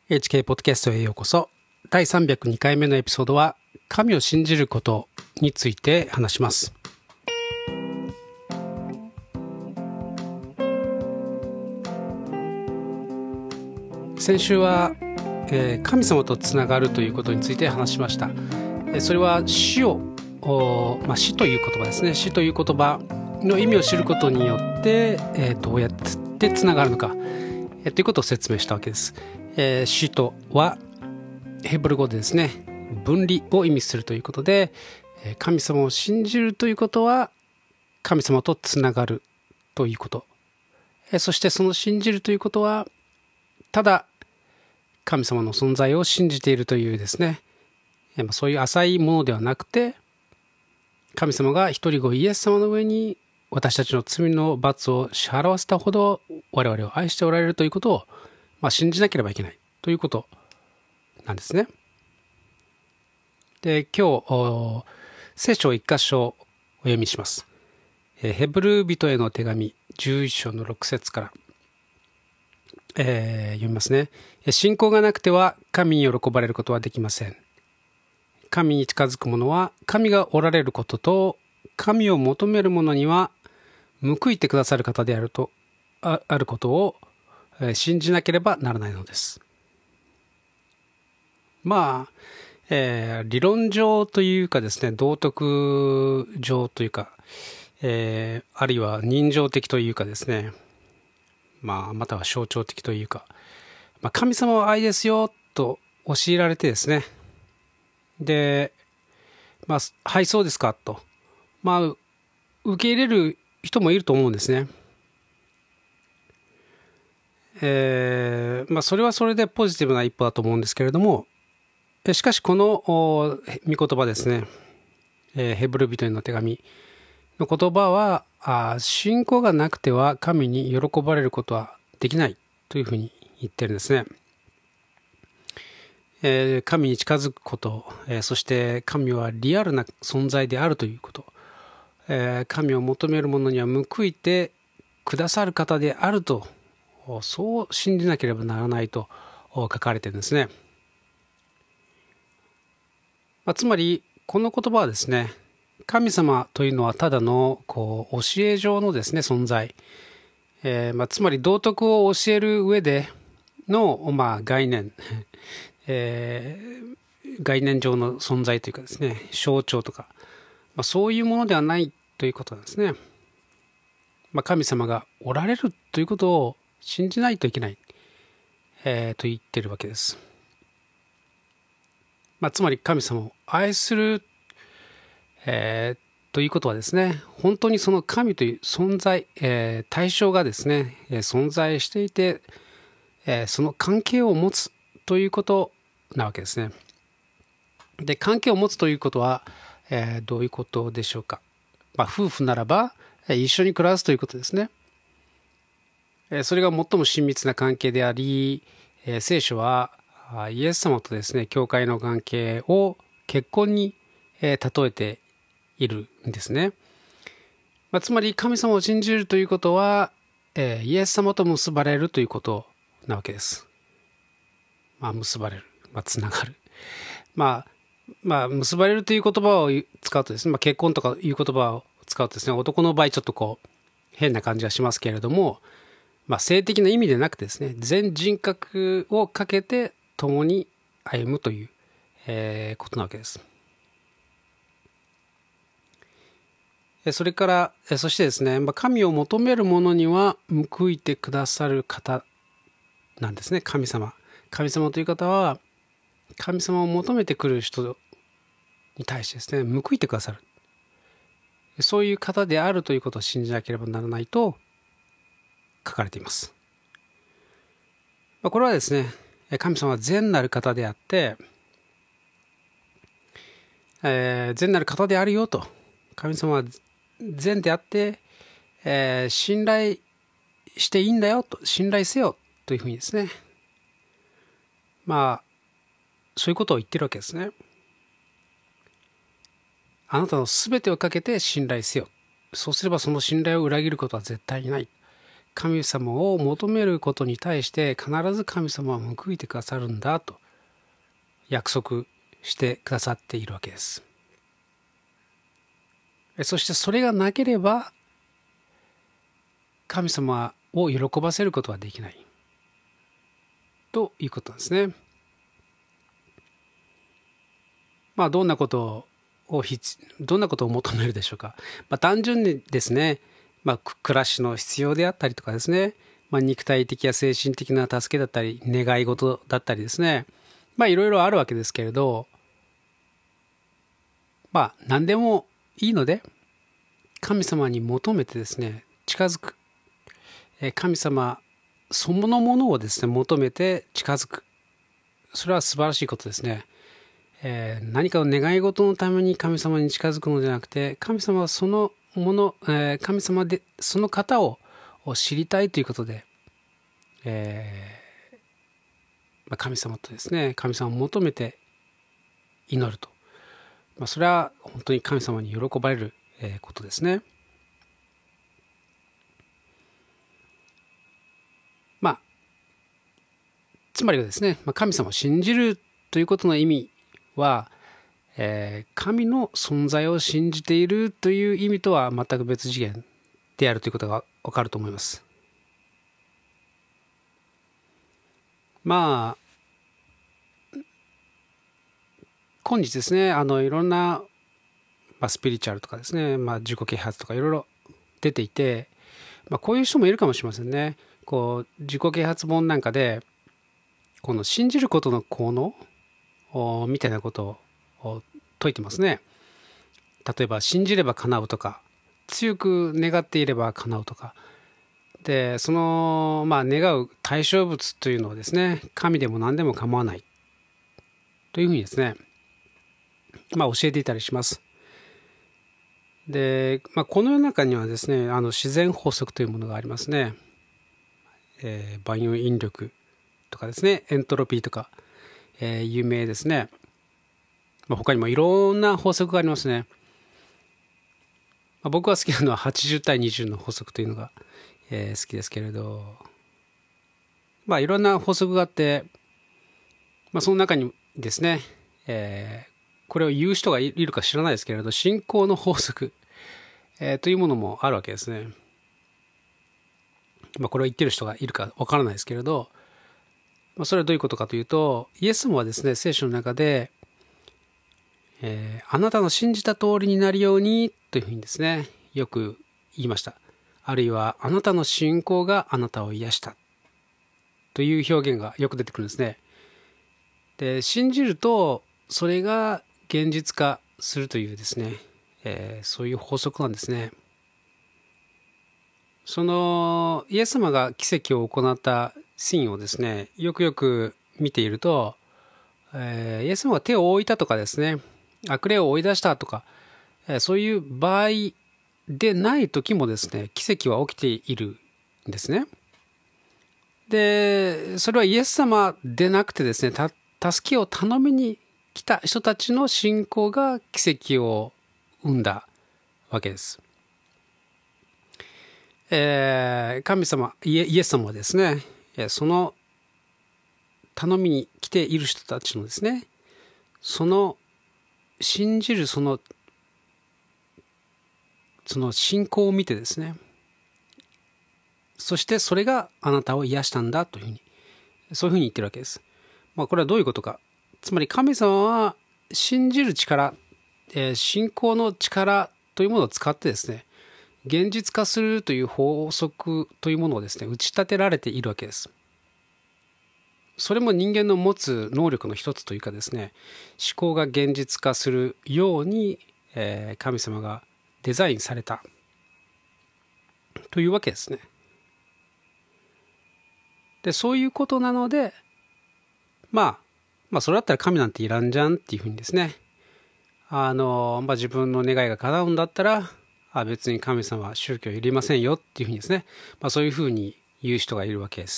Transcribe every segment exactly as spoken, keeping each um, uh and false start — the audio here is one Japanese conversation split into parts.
エイチケー ポッドキャストへようこそ。だいさんびゃくにかいめのエピソードは神を信じることについて話します。先週は、えー、神様とつながるということについて話しました。それは死を、まあ、死という言葉ですね。死という言葉の意味を知ることによって、えー、どうやってつながるのか、えー、ということを説明したわけです。えー、死とはヘブル語でですね、分離を意味するということで、神様を信じるということは神様とつながるということ、そしてその信じるということはただ神様の存在を信じているというですね、そういう浅いものではなくて、神様が一人子イエス様の上に私たちの罪の罰を支払わせたほど我々を愛しておられるということを、まあ、信じなければいけないということなんですね。で、今日聖書を一箇所お読みします。ヘブル人への手紙じゅういっ章のろく節から、えー、読みますね。信仰がなくては神に喜ばれることはできません。神に近づく者は神がおられることと、神を求める者には報いてくださる方であると あ, あることを信じなければならないのです。まあ、えー、理論上というかですね、道徳上というか、えー、あるいは人情的というかですね、まあ、または象徴的というか、まあ、神様は愛ですよと教えられてですね、で、まあ、はい、そうですかと、まあ、受け入れる人もいると思うんですね。えーまあ、それはそれでポジティブな一歩だと思うんですけれども、しかしこの御言葉ですね、ヘブル人への手紙の言葉は、信仰がなくては神に喜ばれることはできないというふうに言ってるんですね。えー、神に近づくこと、えー、そして神はリアルな存在であるということ、えー、神を求める者には報いてくださる方であると、そう信じなければならないと書かれているんですね。まあ、つまりこの言葉はですね、神様というのはただのこう教え上のですね存在、えーまあ、つまり道徳を教える上での、まあ、概念、えー、概念上の存在というかですね、象徴とか、まあ、そういうものではないということなんですね。まあ、神様がおられるということを信じないといけない、えー、と言っているわけです。まあ、つまり神様を愛する、えー、ということはですね、本当にその神という存在、えー、対象がですね、存在していて、えー、その関係を持つということなわけですね。で、関係を持つということは、えー、どういうことでしょうか。まあ、夫婦ならば一緒に暮らすということですね。それが最も親密な関係であり、聖書はイエス様とですね、教会の関係を結婚に例えているんですね。まあ、つまり神様を信じるということは、イエス様と結ばれるということなわけです。まあ、結ばれる、まあ、つながる。まあ、まあ、結ばれるという言葉を使うとですね、まあ、結婚とかいう言葉を使うとですね、男の場合ちょっとこう変な感じはしますけれども、まあ、性的な意味でなくてですね、全人格をかけて共に歩むという、えー、ことなわけです。それから、そしてですね、神を求める者には報いてくださる方なんですね、神様。神様という方は、神様を求めてくる人に対してですね、報いてくださる。そういう方であるということを信じなければならないと書かれています。これはですね、神様は善なる方であって、えー、善なる方であるよと。神様は善であって、えー、信頼していいんだよと、信頼せよというふうにですね、まあそういうことを言ってるわけですね。あなたのすべてをかけて信頼せよ。そうすればその信頼を裏切ることは絶対にない。 神様を求めることに対して必ず神様は報いてくださるんだと約束してくださっているわけです。そしてそれがなければ神様を喜ばせることはできないということですね。まあどんなことをどんなことを求めるでしょうか。まあ、単純にですね、まあ、暮らしの必要であったりとかですね、まあ、肉体的や精神的な助けだったり願い事だったりですね、まあいろいろあるわけですけれど、まあ何でもいいので神様に求めてですね近づく、神様そのものをですね求めて近づく、それは素晴らしいことですね。えー、何かの願い事のために神様に近づくのではなくて、神様はそのもの、えー、神様でその方を知りたいということで、えーまあ、神様とですね神様を求めて祈ると、まあ、それは本当に神様に喜ばれることですね。まあつまりはですね、神様を信じるということの意味は、えー、神の存在を信じているという意味とは全く別次元であるということが分かると思います。まあ今日ですね、あのいろんな、まあ、スピリチュアルとかですね、まあ、自己啓発とかいろいろ出ていて、まあ、こういう人もいるかもしれませんね。こう自己啓発本なんかでこの信じることの効能みたいなことを説いてますね。例えば信じれば叶うとか、強く願っていれば叶うとかで、その、まあ、願う対象物というのはですね、神でも何でも構わないというふうにですね、まあ、教えていたりします。で、まあ、この世の中にはですね、あの自然法則というものがありますね。えー、万有引力とかですね、エントロピーとか、えー、有名ですね。まあ、他にもいろんな法則がありますね。まあ、僕は好きなのははちじゅう対にじゅうの法則というのが、えー、好きですけれど、まあいろんな法則があって、まあ、その中にですね、えー、これを言う人がいるか知らないですけれど、信仰の法則、えー、というものもあるわけですね。まあ、これを言ってる人がいるかわからないですけれど、まあ、それはどういうことかというと、イエス様はですね、聖書の中で、えー、あなたの信じた通りになるようにというふうにですね、よく言いました。あるいは、あなたの信仰があなたを癒したという表現がよく出てくるんですね。で、信じるとそれが現実化するというですね、えー、そういう法則なんですね。そのイエス様が奇跡を行ったシーンをですね、よくよく見ていると、えー、イエス様が手を置いたとかですね、悪霊を追い出したとか、えー、そういう場合でない時もですね、奇跡は起きているんですね。で、それはイエス様でなくてですね、た助けを頼みに来た人たちの信仰が奇跡を生んだわけです。えー、神様イエ、イエス様はですね、その頼みに来ている人たちのですね、その信じるそのその信仰を見てですね、そしてそれがあなたを癒したんだというふうに、そういうふうに言ってるわけです。まあ、これはどういうことか。つまり神様は信じる力、えー、信仰の力というものを使ってですね、現実化するという法則というものをですね、打ち立てられているわけです。それも人間の持つ能力の一つというかですね、思考が現実化するように、えー、神様がデザインされたというわけですね。で、そういうことなので、まあ、まあそれだったら神なんていらんじゃんっていうふうにですね、あの、まあ、自分の願いが叶うんだったら、あ別に神様は宗教いりませんよっていうふうにですね、まあ、そういうふうに言う人がいるわけです。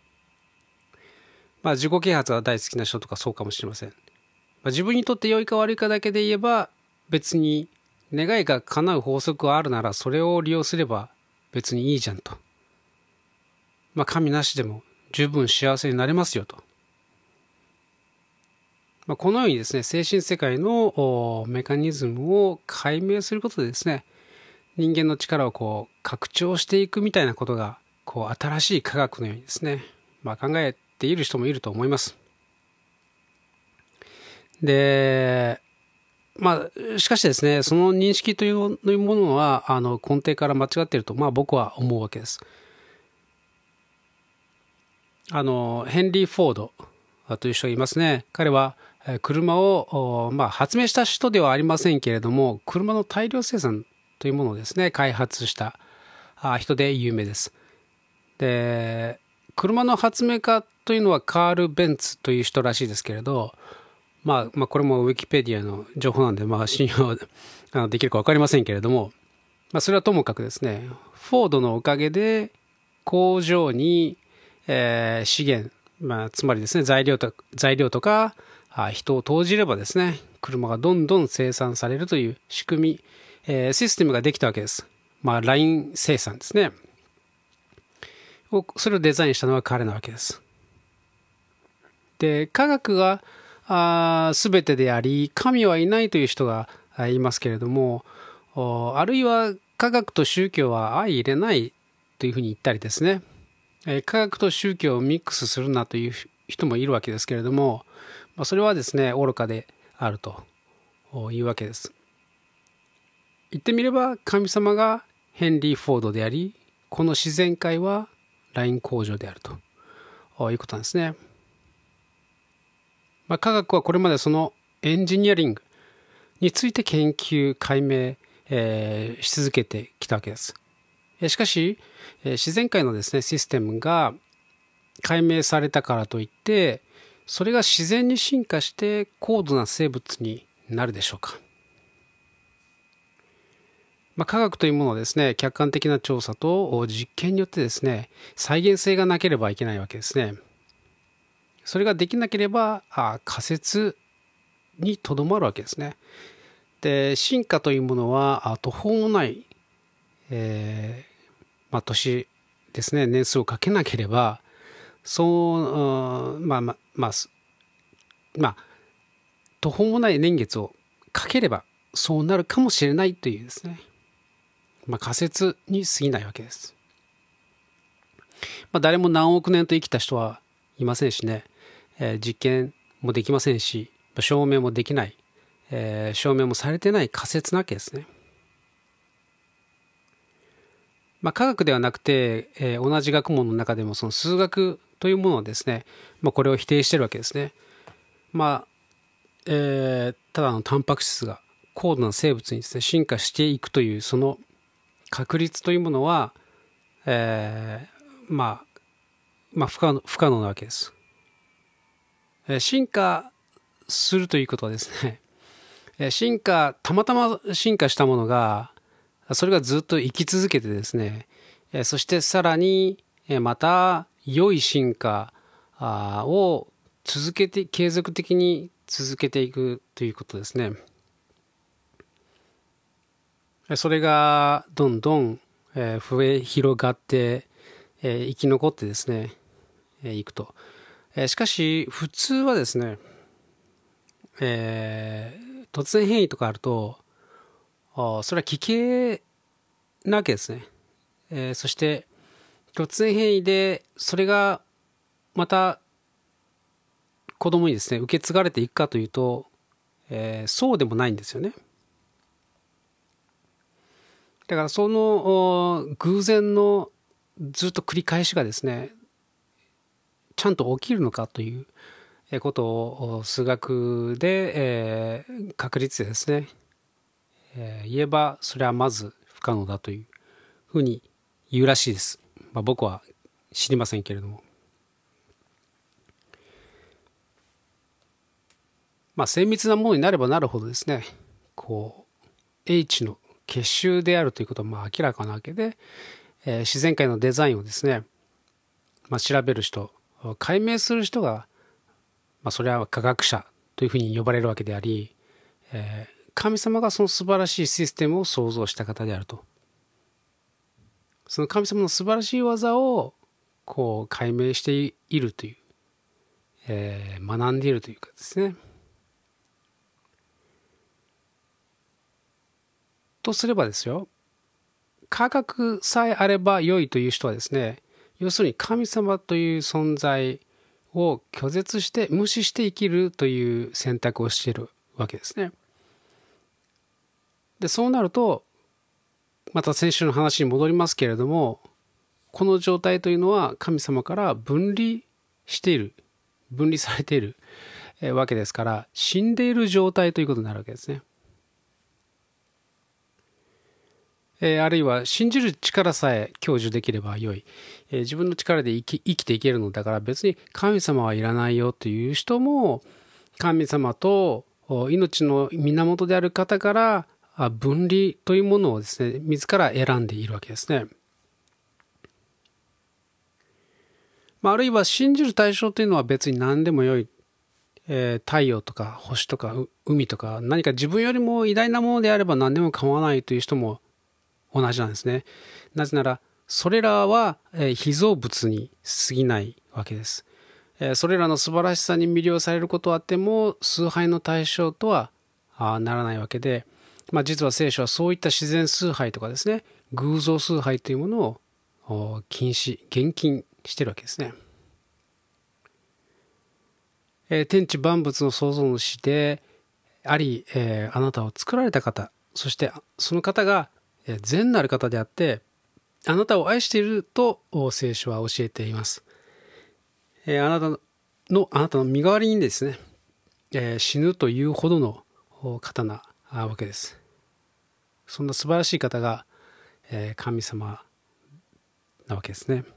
まあ、自己啓発が大好きな人とかそうかもしれません。まあ、自分にとって良いか悪いかだけで言えば、別に願いが叶う法則があるならそれを利用すれば別にいいじゃんとまあ、神なしでも十分幸せになれますよと。まあ、このようにですね、精神世界のメカニズムを解明することでですね、人間の力をこう拡張していくみたいなことが、こう新しい科学のようにですね、まあ、考えている人もいると思います。で、まあ、しかしですね、その認識というものは、あの根底から間違っていると、まあ、僕は思うわけです。あのヘンリー・フォードという人がいますね。彼は車を、まあ、発明した人ではありませんけれども、車の大量生産というものをですね、開発した人で有名です。で、車の発明家というのはカール・ベンツという人らしいですけれど、まあ、まあこれもウィキペディアの情報なんで、まあ、信用できるか分かりませんけれども、まあ、それはともかくですね、フォードのおかげで工場に、えー、資源、まあ、つまりですね、材料と材料とか人を投じればですね、車がどんどん生産されるという仕組み、えー、システムができたわけです。まあ、ライン生産ですね。それをデザインしたのは彼なわけです。で、科学があ全てであり、神はいないという人がいますけれども、あるいは科学と宗教は相入れないというふうに言ったりですね、科学と宗教をミックスするなという人もいるわけですけれども、それはですね、愚かであるというわけです。言ってみれば、神様がヘンリー・フォードであり、この自然界はライン工場であるということなんですね。まあ、科学はこれまでそのエンジニアリングについて研究解明、えー、し続けてきたわけです。しかし自然界のですねシステムが解明されたからといってそれが自然に進化して高度な生物になるでしょうか。まあ、科学というものをですね客観的な調査と実験によってですね再現性がなければいけないわけですね。それができなければあ仮説にとどまるわけですね。で、進化というものは途方もない、えーまあ、年ですね年数をかけなければそう、まあまあまあまあ途方もない年月をかければそうなるかもしれないというですね、まあ、仮説に過ぎないわけです。まあ、誰も何億年と生きた人はいませんしね、えー、実験もできませんし証明もできない、えー、証明もされてない仮説なわけですね。まあ、科学ではなくて、えー、同じ学問の中でもその数学というものをですね、まあ、これを否定しているわけですね。まあえー、ただのタンパク質が高度な生物にですね進化していくというその確率というものは、えー、まあまあ不可能、不可能なわけです。進化するということはですね、進化たまたま進化したものがそれがずっと生き続けてですね、そしてさらにまた良い進化を続けて継続的に続けていくということですね。それがどんどん増え広がって生き残ってですねいくと。しかし普通はですね、えー、突然変異とかあるとそれは奇形なわけですね。えー、そして突然変異でそれがまた子供にですね受け継がれていくかというと、えー、そうでもないんですよね。だからその偶然のずっと繰り返しがですねちゃんと起きるのかということを数学で、えー、確率でですね、えー、言えばそれはまず不可能だというふうに言うらしいです。まあ、僕は知りませんけれども、まあ、精密なものになればなるほどですねこう H の結集であるということはまあ明らかなわけで、えー、自然界のデザインをですね、まあ、調べる人解明する人が、まあ、それは科学者というふうに呼ばれるわけであり、えー、神様がその素晴らしいシステムを創造した方であると。その神様の素晴らしい技をこう解明しているという、えー、学んでいるというかですね。とすればですよ、科学さえあれば良いという人はですね、要するに神様という存在を拒絶して無視して生きるという選択をしているわけですね。で、そうなると、また先週の話に戻りますけれども、この状態というのは神様から分離している、分離されているわけですから、死んでいる状態ということになるわけですね。えー、あるいは信じる力さえ享受できればよい、えー、自分の力で生き、生きていけるのだから別に神様はいらないよという人も、神様と命の源である方から分離というものをですね、自ら選んでいるわけですね。まあ、あるいは信じる対象というのは別に何でもよい、えー、太陽とか星とか海とか何か自分よりも偉大なものであれば何でも構わないという人も同じなんですね。なぜならそれらは、えー、被造物に過ぎないわけです。えー、それらの素晴らしさに魅了されることはあっても崇拝の対象とはあならないわけで、まあ、実は聖書はそういった自然崇拝とかですね、偶像崇拝というものを禁止厳禁しているわけですね。えー、天地万物の創造主であり、えー、あなたを作られた方、そしてその方が善なる方であってあなたを愛していると聖書は教えています。えー、あなたのあなたの身代わりにですね、えー、死ぬというほどの方なわけです。そんな素晴らしい方が、えー、神様なわけですね。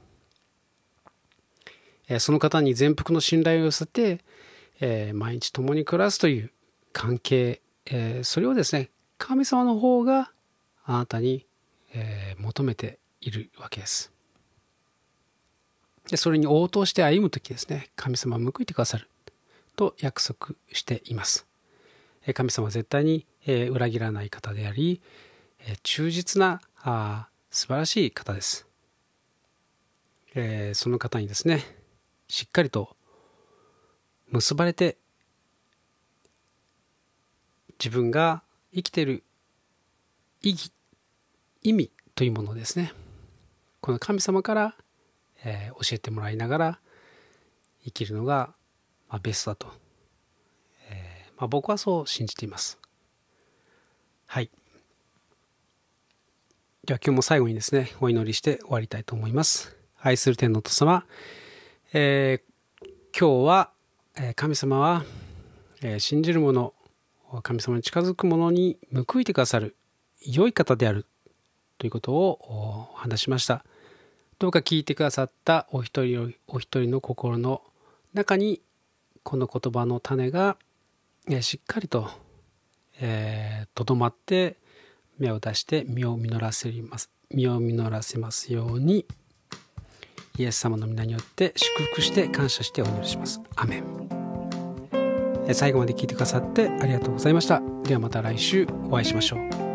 えー、その方に全幅の信頼を寄せて、えー、毎日共に暮らすという関係、えー、それをですね、神様の方があなたに、えー、求めているわけです。でそれに応答して歩むときですね、神様は報いてくださると約束しています。神様は絶対に裏切らない方であり、忠実なあ素晴らしい方です。その方にですね、しっかりと結ばれて、自分が生きている意義、意味というものをですね、この神様からえー、教えてもらいながら生きるのが、まあ、ベストだと、えーまあ、僕はそう信じています。はい。では今日も最後にですね、お祈りして終わりたいと思います。愛する天のお父様、えー、今日は、えー、神様は、えー、信じる者、神様に近づく者に報いてくださる良い方であるということを話しました。どうか聞いてくださったお一人お一人の心の中にこの言葉の種がしっかりととどまって芽を出して実を実らせます実を実らせますように、イエス様の皆によって祝福して感謝してお祈りします。アメン。最後まで聞いてくださってありがとうございました。ではまた来週お会いしましょう。